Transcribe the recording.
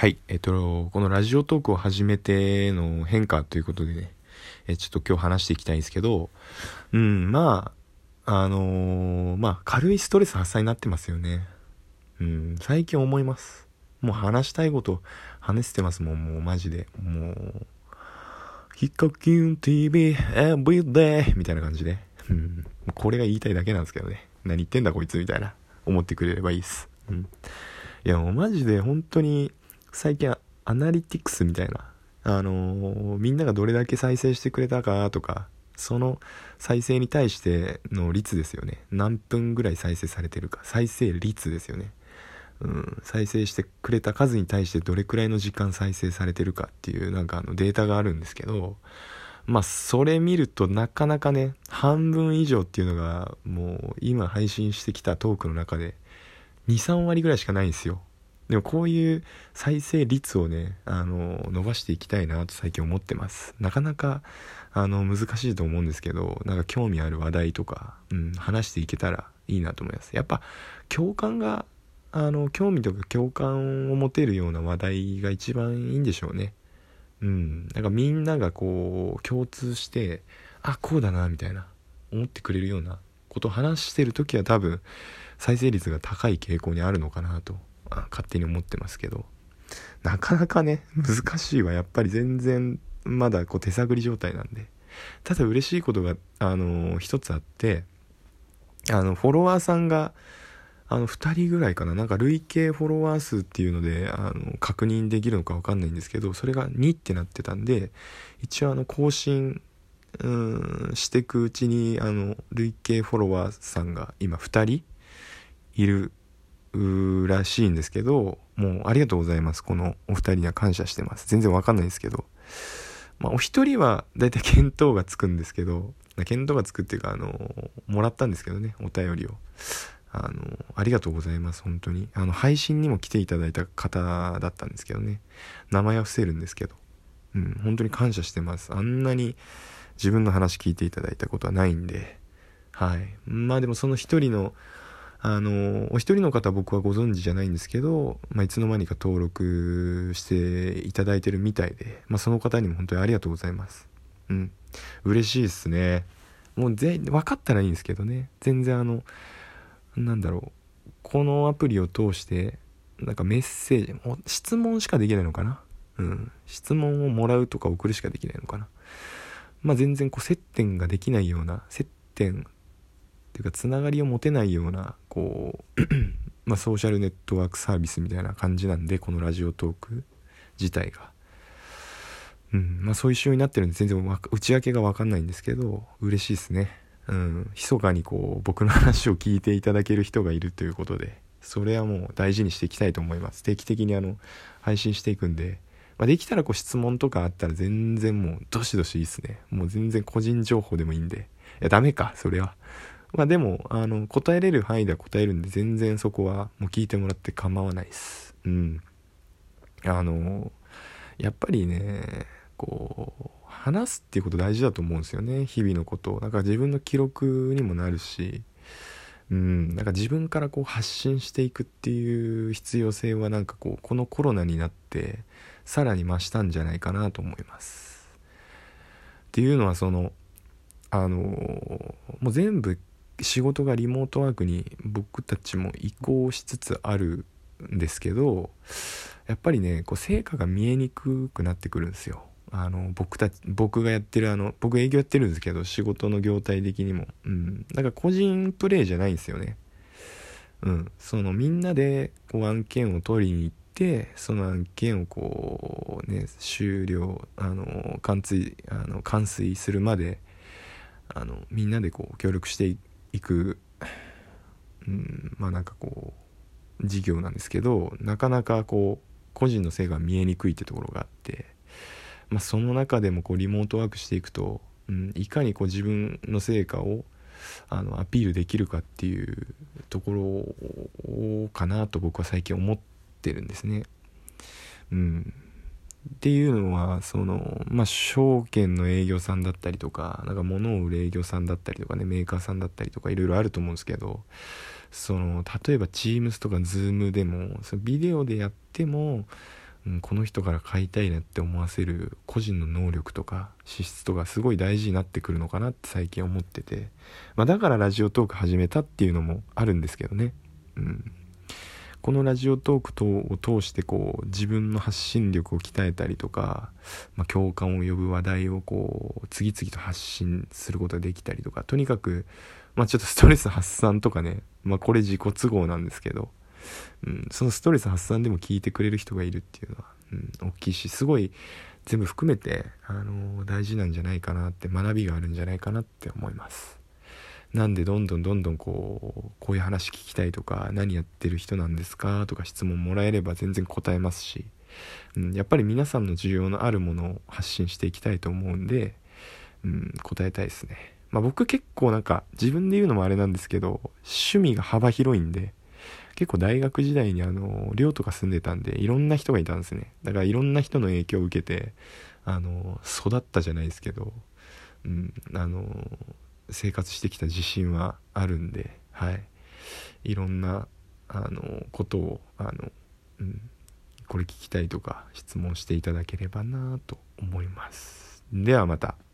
はい、このラジオトークを始めての変化ということでね、ちょっと今日話していきたいんですけど、軽いストレス発散になってますよね。最近思います。もう話したいこと話してますもん、もうマジで。もう、ヒカキン TV everyday みたいな感じで。これが言いたいだけなんですけどね。何言ってんだこいつみたいな。思ってくれればいいです。いやもうマジで本当に、最近アナリティクスみたいなみんながどれだけ再生してくれたかとか、その再生に対しての率ですよね。何分ぐらい再生されてるか、再生率ですよね。再生してくれた数に対してどれくらいの時間再生されてるかっていうデータがあるんですけど、それ見るとなかなかね、半分以上っていうのがもう今配信してきたトークの中で 2,3 割ぐらいしかないんですよ。でもこういう再生率をね、伸ばしていきたいなと最近思ってます。なかなか難しいと思うんですけど、興味ある話題とか、話していけたらいいなと思います。やっぱ共感が興味とか共感を持てるような話題が一番いいんでしょうね。みんながこう共通して、あ、こうだなみたいな思ってくれるようなことを話してるときは多分再生率が高い傾向にあるのかなと勝手に思ってますけど、なかなかね難しいわ。やっぱり全然まだこう手探り状態なんで。ただ嬉しいことが一つあって、フォロワーさんが2人ぐらいかな、累計フォロワー数っていうので確認できるのか分かんないんですけど、それが2ってなってたんで、一応更新していくうちに累計フォロワーさんが今2人いるらしいんですけど、もうありがとうございます。このお二人には感謝してます。全然わかんないですけど、お一人はだいたい見当がつくんですけど、見当がつくっていうかもらったんですけどね、お便りをありがとうございます。本当に配信にも来ていただいた方だったんですけどね、名前は伏せるんですけど、本当に感謝してます。あんなに自分の話聞いていただいたことはないんで、はい。でもその一人のお一人の方は僕はご存知じゃないんですけど、いつの間にか登録していただいてるみたいで、その方にも本当にありがとうございます。嬉しいですね。もう分かったらいいんですけどね。全然このアプリを通してメッセージ、質問しかできないのかな。質問をもらうとか送るしかできないのかな。全然接点ができないような、接点っていうかつながりを持てないようなソーシャルネットワークサービスみたいな感じなんで、このラジオトーク自体がそういう仕様になってるんで、全然内訳が分かんないんですけど、嬉しいですね。密かに僕の話を聞いていただける人がいるということで、それはもう大事にしていきたいと思います。定期的に配信していくんで、できたら質問とかあったら全然もうどしどしいいっすね。もう全然個人情報でもいいんで。いやダメかそれは。でも答えれる範囲では答えるんで、全然そこはもう聞いてもらって構わないです。やっぱりね、話すっていうこと大事だと思うんですよね。日々のことを自分の記録にもなるし、自分から発信していくっていう必要性はこのコロナになってさらに増したんじゃないかなと思います。っていうのはもう全部仕事がリモートワークに僕たちも移行しつつあるんですけど、やっぱりね成果が見えにくくなってくるんですよ。僕がやってる僕営業やってるんですけど、仕事の業態的にも個人プレイじゃないんですよね。みんなで案件を取りに行って、その案件を終了完遂するまでみんなで協力していく事業なんですけど、なかなか個人の成果が見えにくいってところがあって、その中でもリモートワークしていくと、いかに自分の成果をアピールできるかっていうところかなと僕は最近思ってるんですね。っていうのは証券の営業さんだったりとか、物を売る営業さんだったりとかね、メーカーさんだったりとかいろいろあると思うんですけど、例えば Teams とか Zoom でもビデオでやってもこの人から買いたいなって思わせる個人の能力とか資質とかすごい大事になってくるのかなって最近思ってて、だからラジオトーク始めたっていうのもあるんですけどね。このラジオトークを通してこう自分の発信力を鍛えたりとか、共感を呼ぶ話題をこう次々と発信することができたりとか、とにかくちょっとストレス発散とかね、これ自己都合なんですけど、そのストレス発散でも聞いてくれる人がいるっていうのは、大きいし、すごい全部含めて、大事なんじゃないかなって、学びがあるんじゃないかなって思います。なんでどんどんこういう話聞きたいとか、何やってる人なんですかとか質問もらえれば全然答えますし、やっぱり皆さんの需要のあるものを発信していきたいと思うんで、答えたいですね。僕結構自分で言うのもあれなんですけど、趣味が幅広いんで、結構大学時代に寮とか住んでたんでいろんな人がいたんですね。だからいろんな人の影響を受けて育ったじゃないですけど、生活してきた自信はあるんで、いろんなことをこれ聞きたいとか質問していただければなと思います。ではまた。